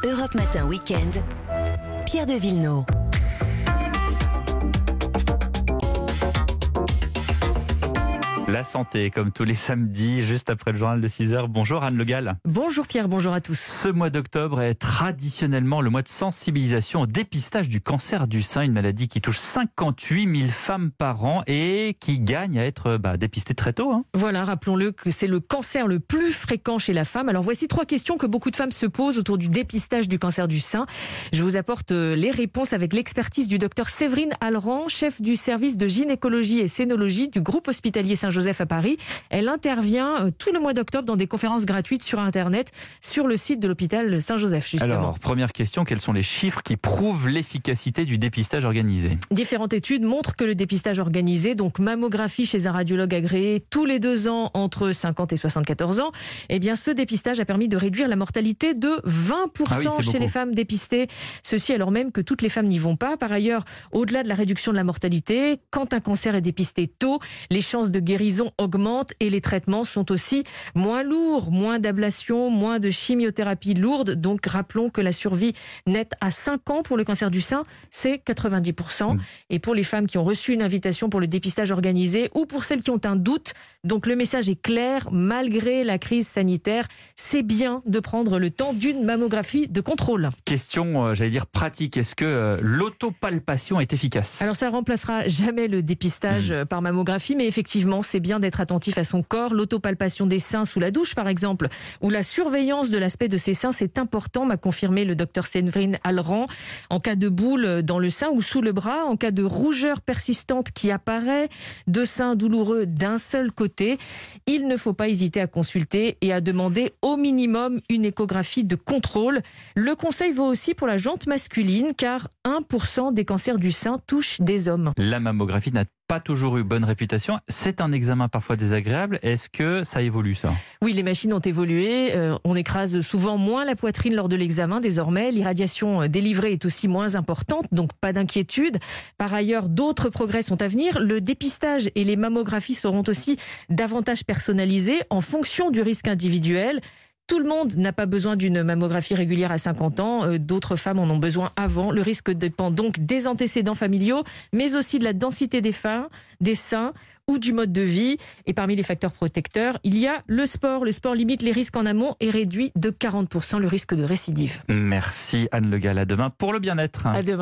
Europe Matin Week-end, Pierre de Villeneuve. La santé, comme tous les samedis, juste après le journal de 6h. Bonjour Anne Le Gall. Bonjour Pierre, bonjour à tous. Ce mois d'octobre est traditionnellement le mois de sensibilisation au dépistage du cancer du sein, une maladie qui touche 58 000 femmes par an et qui gagne à être dépistée très tôt. Voilà, rappelons-le que c'est le cancer le plus fréquent chez la femme. Alors voici 3 questions que beaucoup de femmes se posent autour du dépistage du cancer du sein. Je vous apporte les réponses avec l'expertise du docteur Séverine Alran, chef du service de gynécologie et cénologie du groupe hospitalier Saint-Joseph à Paris. Elle intervient tout le mois d'octobre dans des conférences gratuites sur Internet, sur le site de l'hôpital Saint-Joseph, justement. Alors, première question, quels sont les chiffres qui prouvent l'efficacité du dépistage organisé ? Différentes études montrent que le dépistage organisé, donc mammographie chez un radiologue agréé tous les 2 ans entre 50 et 74 ans, eh bien ce dépistage a permis de réduire la mortalité de 20% chez les femmes dépistées. Ceci alors même que toutes les femmes n'y vont pas. Par ailleurs, au-delà de la réduction de la mortalité, quand un cancer est dépisté tôt, les chances de guérison augmentent et les traitements sont aussi moins lourds, moins d'ablation, moins de chimiothérapie lourde. Donc rappelons que la survie nette à 5 ans pour le cancer du sein, c'est 90%. Et pour les femmes qui ont reçu une invitation pour le dépistage organisé ou pour celles qui ont un doute, donc le message est clair, malgré la crise sanitaire, c'est bien de prendre le temps d'une mammographie de contrôle. Question, pratique, est-ce que l'autopalpation est efficace ? Alors ça remplacera jamais le dépistage par mammographie, mais effectivement c'est bien d'être attentif à son corps. L'autopalpation des seins sous la douche par exemple, ou la surveillance de l'aspect de ses seins, c'est important, m'a confirmé le docteur Séverine Alran. En cas de boule dans le sein ou sous le bras, en cas de rougeur persistante qui apparaît, de seins douloureux d'un seul côté, il ne faut pas hésiter à consulter et à demander au minimum une échographie de contrôle. Le conseil vaut aussi pour la jante masculine, car 1% des cancers du sein touchent des hommes. La mammographie n'a pas toujours eu bonne réputation. C'est un examen parfois désagréable. Est-ce que ça évolue, ça ? Oui, les machines ont évolué. On écrase souvent moins la poitrine lors de l'examen désormais. L'irradiation délivrée est aussi moins importante, donc pas d'inquiétude. Par ailleurs, d'autres progrès sont à venir. Le dépistage et les mammographies seront aussi davantage personnalisés en fonction du risque individuel. Tout le monde n'a pas besoin d'une mammographie régulière à 50 ans. D'autres femmes en ont besoin avant. Le risque dépend donc des antécédents familiaux, mais aussi de la densité des seins ou du mode de vie. Et parmi les facteurs protecteurs, il y a le sport. Le sport limite les risques en amont et réduit de 40% le risque de récidive. Merci Anne Le Gall. À demain pour le bien-être. À demain.